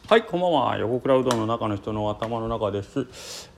はい、こんばんは。横倉うどんの中の人の頭の中です。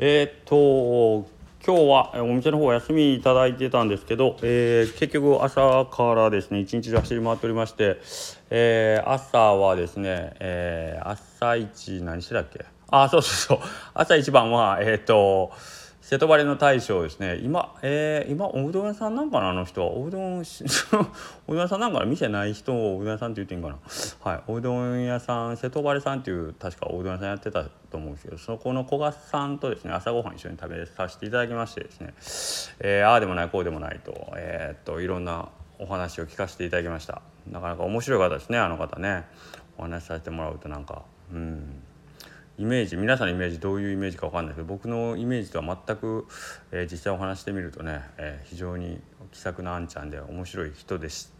今日はお店の方お休みいただいてたんですけど、結局朝からですね一日中走り回っておりまして、朝はですね、朝一何してたっけ。そう朝一番は瀬戸晴れの大将ですね。今おうどん屋さんなんかな、あの人はおうどんおうどん屋さんなんかな、店ない人をおうどん屋さんって言っていいんかな。はい、おうどん屋さん瀬戸晴さんっていう確かおうどん屋さんやってたと思うんですけど、そこの古賀さんとですね朝ごはん一緒に食べさせていただきましてですね、ああでもないこうでもないと、いろんなお話を聞かせていただきました。なかなか面白い方ですね、あの方ね。お話しさせてもらうとなんかイメージ、皆さんのイメージどういうイメージか分かんないけど、僕のイメージとは全く、実際お話してみるとね、非常に気さくなあんちゃんで面白い人です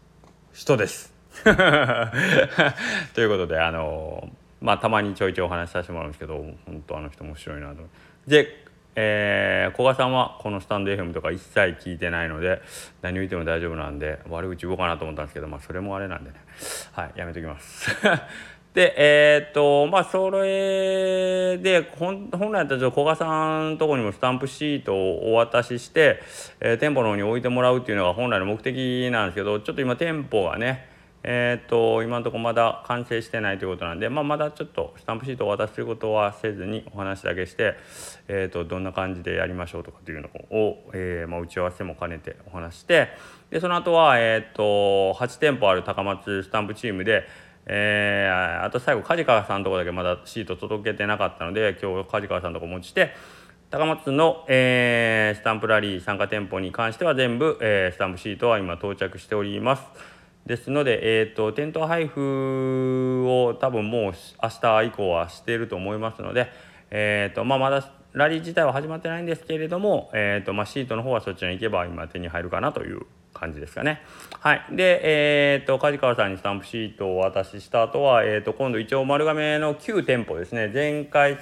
ということでたまにちょいちょいお話しさせてもらうんですけど、本当あの人面白いなと。で、古賀さんはこのスタンド FM とか一切聞いてないので何を言っても大丈夫なんで悪口言おうかなと思ったんですけど、それもあれなんでね、はい、やめときますでそれで本来だったら古賀さんのとこにもスタンプシートをお渡しして、店舗の方に置いてもらうっていうのが本来の目的なんですけど、ちょっと今店舗がね今のところまだ完成してないということなんで、まだちょっとスタンプシートを渡すということはせずにお話だけして、どんな感じでやりましょうとかっていうのを、打ち合わせも兼ねてお話して、でその後は、8店舗ある高松スタンプチームで、あと最後梶川さんのところだけまだシート届けてなかったので、今日梶川さんのところ持ちして高松の、スタンプラリー参加店舗に関しては全部、スタンプシートは今到着しております。ですので、店頭配布を多分もう明日以降はしていると思いますので、まだラリー自体は始まってないんですけれども、シートの方はそちらに行けば今手に入るかなという感じですかね。はい。で、梶川さんにスタンプシートをお渡しした後は、今度一応丸亀の旧店舗ですね、前回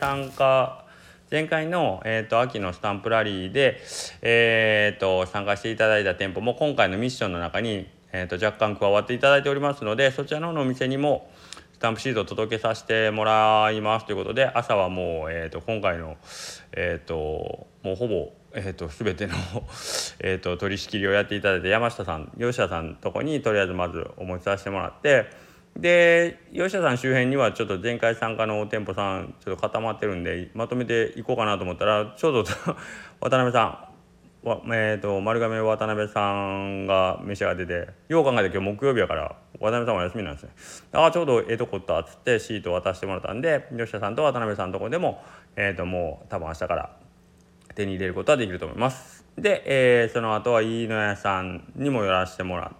の、秋のスタンプラリーで、参加していただいた店舗も今回のミッションの中に若干加わっていただいておりますので、そちらの方のお店にもスタンプシートを届けさせてもらいますということで、朝はもう、今回の、もうほぼ、全ての取り仕切りをやっていただいて吉田さんのとこにとりあえずまずお持ちさせてもらって、で吉田さん周辺にはちょっと前回参加の店舗さんちょっと固まってるんでまとめていこうかなと思ったら、ちょうど渡辺さん丸亀渡辺さんが召し上がってて、よう考えて今日木曜日やから渡辺さんは休みなんですね。ちょうどとこったっつってシートを渡してもらったんで、吉田さんと渡辺さんのとこでももう多分明日から手に入れることはできると思います。で、その後は飯野屋さんにも寄らせてもらって、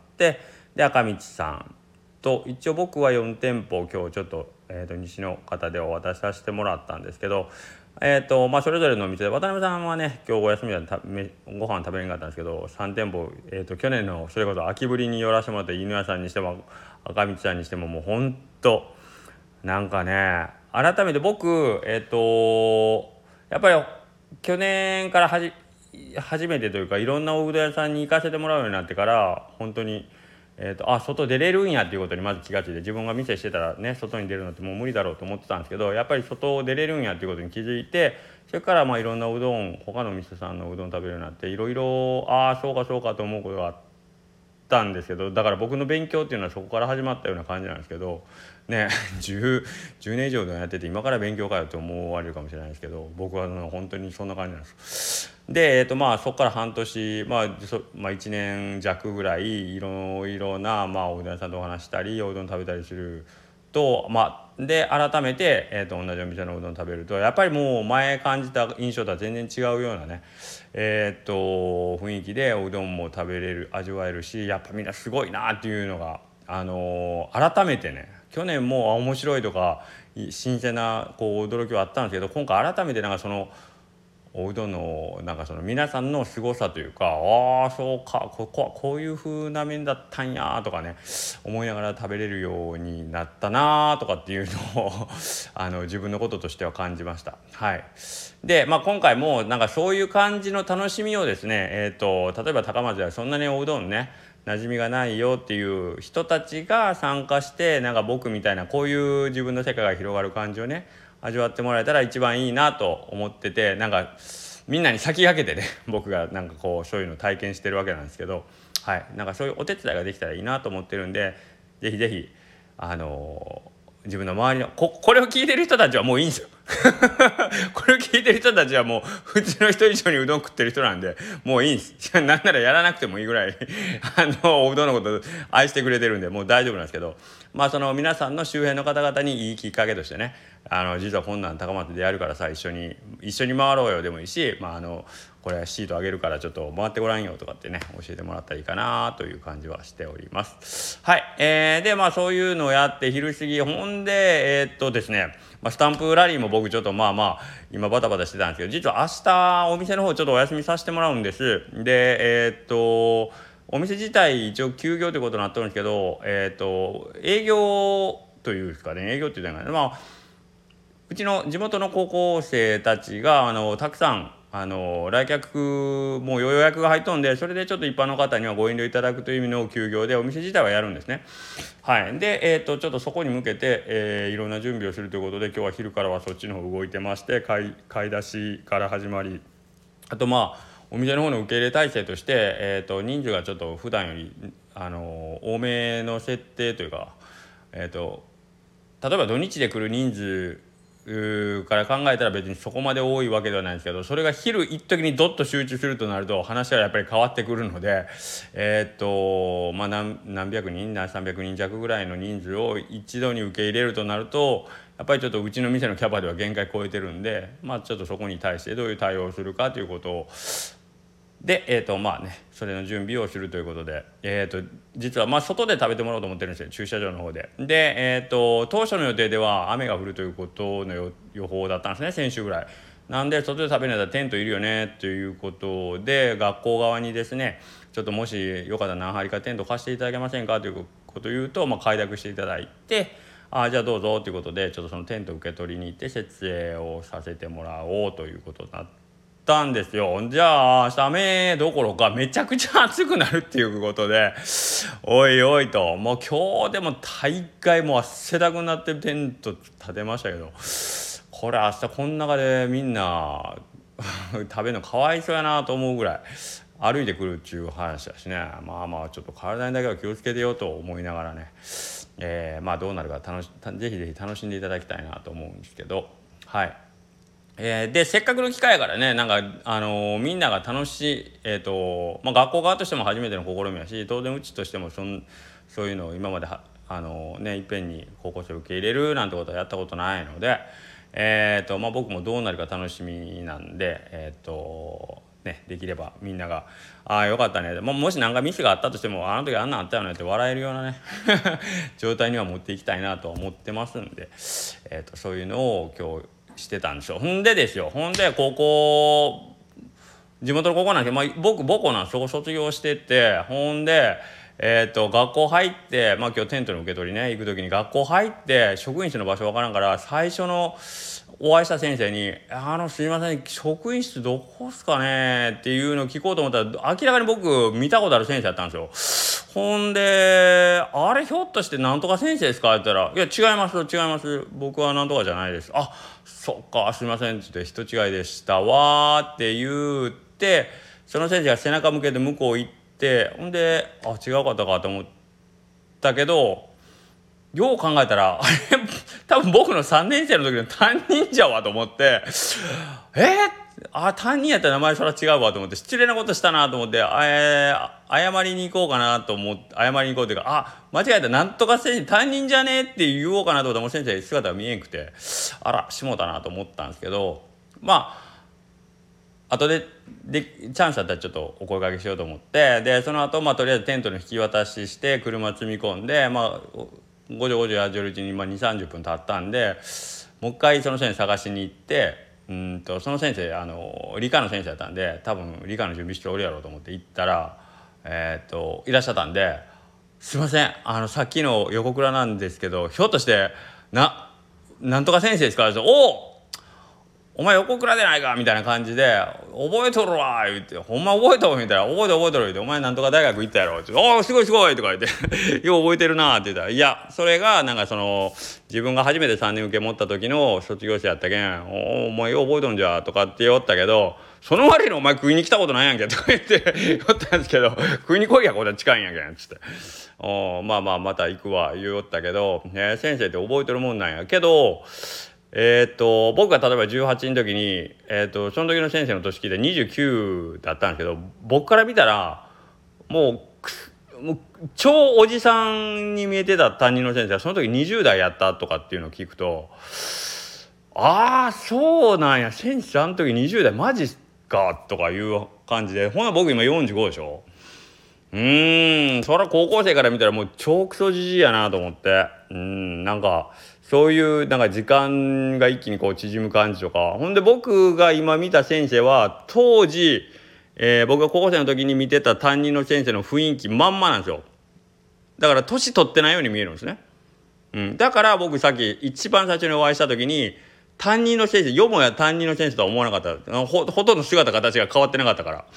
で赤道さんと一応僕は4店舗今日ちょっと、西の方でお渡しさせてもらったんですけど、それぞれのお店で渡辺さんはね今日お休みでご飯食べれなかったんですけど、3店舗、去年のそれこそ秋ぶりに寄らせてもらった飯野屋さんにしても赤道さんにしてももうほんとなんかね、改めて僕やっぱり去年から初めてというかいろんなおうどん屋さんに行かせてもらうようになってから本当に外出れるんやっていうことにまず気がついて、自分が店してたらね外に出るのってもう無理だろうと思ってたんですけど、やっぱり外出れるんやっていうことに気づいて、それからいろんなうどん他の店さんのうどん食べるようになっていろいろそうかそうかと思うことがあったんですけど、だから僕の勉強っていうのはそこから始まったような感じなんですけどね10年以上でやってて今から勉強かよって思われるかもしれないですけど、僕は本当にそんな感じなんです。で、そこから半年、1年弱ぐらいいろいろな、おうどん屋さんとお話したりおうどん食べたりすると、で改めて、同じお店のうどん食べるとやっぱりもう前感じた印象とは全然違うようなね、雰囲気でおうどんも食べれる味わえるし、やっぱみんなすごいなっていうのが、改めてね、去年も面白いとか新鮮な驚きはあったんですけど、今回改めてなんかそのおうどんのなんかその皆さんの凄さというか、そうかこういう風な麺だったんやとかね思いながら食べれるようになったなとかっていうのを自分のこととしては感じました。はい。で、今回もなんかそういう感じの楽しみをですね、例えば高松ではそんなにおうどんね馴染みがないよっていう人たちが参加して、なんか僕みたいなこういう自分の世界が広がる感じをね味わってもらえたら一番いいなと思ってて、なんかみんなに先駆けてね僕がなんかこうそういうのを体験してるわけなんですけど、はい、なんかそういうお手伝いができたらいいなと思ってるんで、ぜひぜひ自分の周りのこれを聞いてる人たちはもういいんですよこれを聞いてる人たちはもう普通の人以上にうどん食ってる人なんでもういいんです。なんならやらなくてもいいぐらいおうどんのこと愛してくれてるんでもう大丈夫なんですけど、その皆さんの周辺の方々にいいきっかけとしてね、実はこんなん高松でやるからさ一緒に回ろうよでもいいし、これシートあげるからちょっと回ってごらんよとかってね教えてもらったらいいかなという感じはしております。はい、でそういうのをやって昼過ぎほんでですね、スタンプラリーも僕ちょっと今バタバタしてたんですけど、実は明日お店の方ちょっとお休みさせてもらうんです。でお店自体一応休業ということになってるんですけど、営業というかね、営業っていうかね、うちの地元の高校生たちがたくさん来客もう予約が入っとんで、それでちょっと一般の方にはご遠慮いただくという意味の休業でお店自体はやるんですね。はい、でちょっとそこに向けて、いろんな準備をするということで今日は昼からはそっちの方動いてまして、買い出しから始まり、あとお店の方の受け入れ体制として、人数がちょっと普段より多めの設定というか、例えば土日で来る人数から考えたら別にそこまで多いわけではないんですけど、それが昼一時にドッと集中するとなると話はやっぱり変わってくるので、何百人何300人弱ぐらいの人数を一度に受け入れるとなると、やっぱりちょっとうちの店のキャパでは限界超えてるんで、ちょっとそこに対してどういう対応をするかということをでそれの準備をするということで、実は外で食べてもらおうと思ってるんですよ、駐車場の方で。で当初の予定では雨が降るということの予報だったんですね、先週ぐらい。なんで外で食べないとテントいるよねということで、学校側にですねちょっともしよかったら何張りかテント貸していただけませんかということを言うと、快諾していただいて、じゃあどうぞということでちょっとそのテント受け取りに行って設営をさせてもらおうということになったんですよ。じゃあ明日雨どころかめちゃくちゃ暑くなるっていうことで、おいおいと、もう今日でも大概もう汗だくになってテント立てましたけど、これ明日この中でみんな食べるのかわいそうやなと思うぐらい歩いてくるっていう話だしね、ちょっと体にだけは気をつけてよと思いながらね、どうなるかぜひぜひ楽しんでいただきたいなと思うんですけど、はい。でせっかくの機会やからね、なんかみんなが楽しい、学校側としても初めての試みやし、当然うちとしてもそういうのを今までいっぺんに高校生を受け入れるなんてことはやったことないので、僕もどうなるか楽しみなんで、できればみんながよかったね、もし何かミスがあったとしてもあの時あんなんあったよねって笑えるようなね状態には持っていきたいなと思ってますんで、そういうのを今日してたんですよ。ほんで高校地元の高校なんですけど、僕母校なんです。そこ卒業してて、ほんで学校入って、今日テントの受け取りね行く時に学校入って職員室の場所わからんから、最初のお会いした先生に「すいません職員室どこっすかね?」っていうのを聞こうと思ったら、明らかに僕見たことある先生だったんですよ。ほんで「あれひょっとしてなんとか先生ですか?」って言ったら「いや違います僕はなんとかじゃないです」「あそっかすいません」って言って「人違いでしたわ」って言って、その先生が背中向けて向こう行って、ほんで違うかったかと思ったけど、よう考えたらあれ多分僕の3年生の時の担任じゃわと思って、担任やったら名前そら違うわと思って、失礼なことしたなと思って、謝りに行こうかなと思って、謝りに行こうというか、間違えた、なんとか先生担任じゃねえって言おうかなと思ったら、もう先生姿が見えんくて、しもたなと思ったんですけど、後でチャンスだったらちょっとお声掛けしようと思って、でその後とりあえずテントの引き渡しして車積み込んで、ごじょごじょやってるうちに2、30分経ったんで、もう一回その先生探しに行って、その先生理科の先生だったんで、多分理科の準備室おるやろうと思って行ったらいらっしゃったんで「すいませんさっきの横倉なんですけど、ひょっとしてなんとか先生ですか?」って「おお前横倉でないかみたいな感じで覚えとるわ言ってほんま覚えとるみたいな覚えとる言ってお前なんとか大学行ったやろっておーすごいすごいとか言ってよう覚えてるなって言ったらいやそれがなんかその自分が初めて3年受け持った時の卒業生やったけんお前よう覚えとんじゃとかって言おったけどその割にお前食いに来たことないやんけとか言って言ったんですけど食いに来いやこれ近いんやけんつってまあまた行くわ言おったけど、先生って覚えてるもんなんやけど僕が例えば18の時に、その時の先生の年聞いて29だったんですけど僕から見たらもう超おじさんに見えてた担任の先生はその時20代やったとかっていうのを聞くとああそうなんや先生あの時20代マジかとかいう感じでほな僕今45でしょ。そりゃ高校生から見たらもう超クソじじいやなと思ってなんかそういうなんか時間が一気にこう縮む感じとかほんで僕が今見た先生は当時、僕が高校生の時に見てた担任の先生の雰囲気まんまなんですよ。だから年取ってないように見えるんですね。だから僕さっき一番最初にお会いした時に担任の先生よもや担任の先生とは思わなかった。ほとんど姿形が変わってなかったから。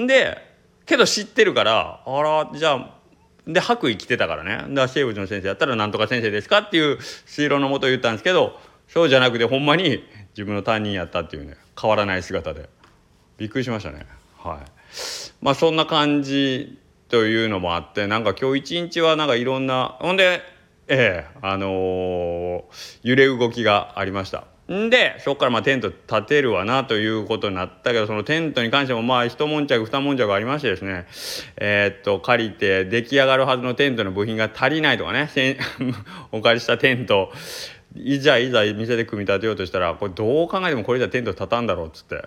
でけど知ってるからあらじゃあで白衣着てたからねだから生物の先生やったらなんとか先生ですかっていう推論のもと言ったんですけどそうじゃなくてほんまに自分の担任やったっていうね変わらない姿でびっくりしましたね。まあそんな感じというのもあってなんか今日一日はなんかいろんなほんで揺れ動きがありました。でそこからまあテント立てるわなということになったけどそのテントに関してもまあ一悶着二悶着ありましてですね借りて出来上がるはずのテントの部品が足りないとかねお借りしたテントいざ店で組み立てようとしたらこれどう考えてもこれじゃテント立たんだろうっつって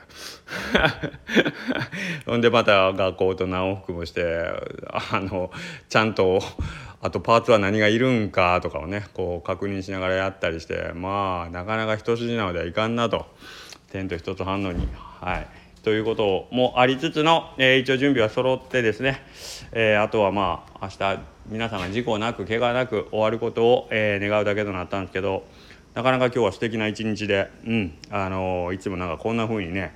ほんでまた学校と何往復もしてちゃんとあとパーツは何がいるんかとかをねこう確認しながらやったりしてまあなかなか一筋縄ではいかんなとテント一つ半のにということもありつつの、一応準備は揃ってですね、あとはまあ明日皆さんが事故なく怪我なく終わることを、願うだけとなったんですけどなかなか今日は素敵な一日で、いつもなんかこんな風にね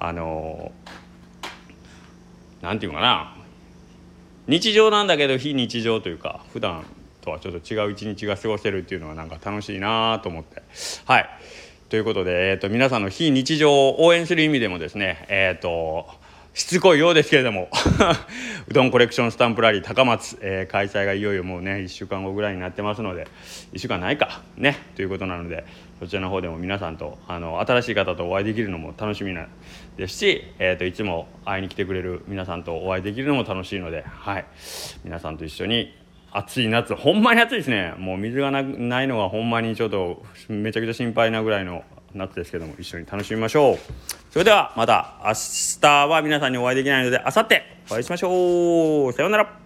なんていうかな日常なんだけど非日常というか普段とはちょっと違う一日が過ごせるっていうのはなんか楽しいなと思ってということで、皆さんの非日常を応援する意味でもですねしつこいようですけれどもうどんコレクションスタンプラリー高松、開催がいよいよもうね1週間後ぐらいになってますので1週間ないかねということなのでそちらの方でも皆さんと新しい方とお会いできるのも楽しみですし、いつも会いに来てくれる皆さんとお会いできるのも楽しいので、皆さんと一緒に暑い夏ほんまに暑いですねもう水がないのがほんまにちょっとめちゃくちゃ心配なぐらいの夏ですけども一緒に楽しみましょう。それではまた明日は皆さんにお会いできないので明後日お会いしましょう。さようなら。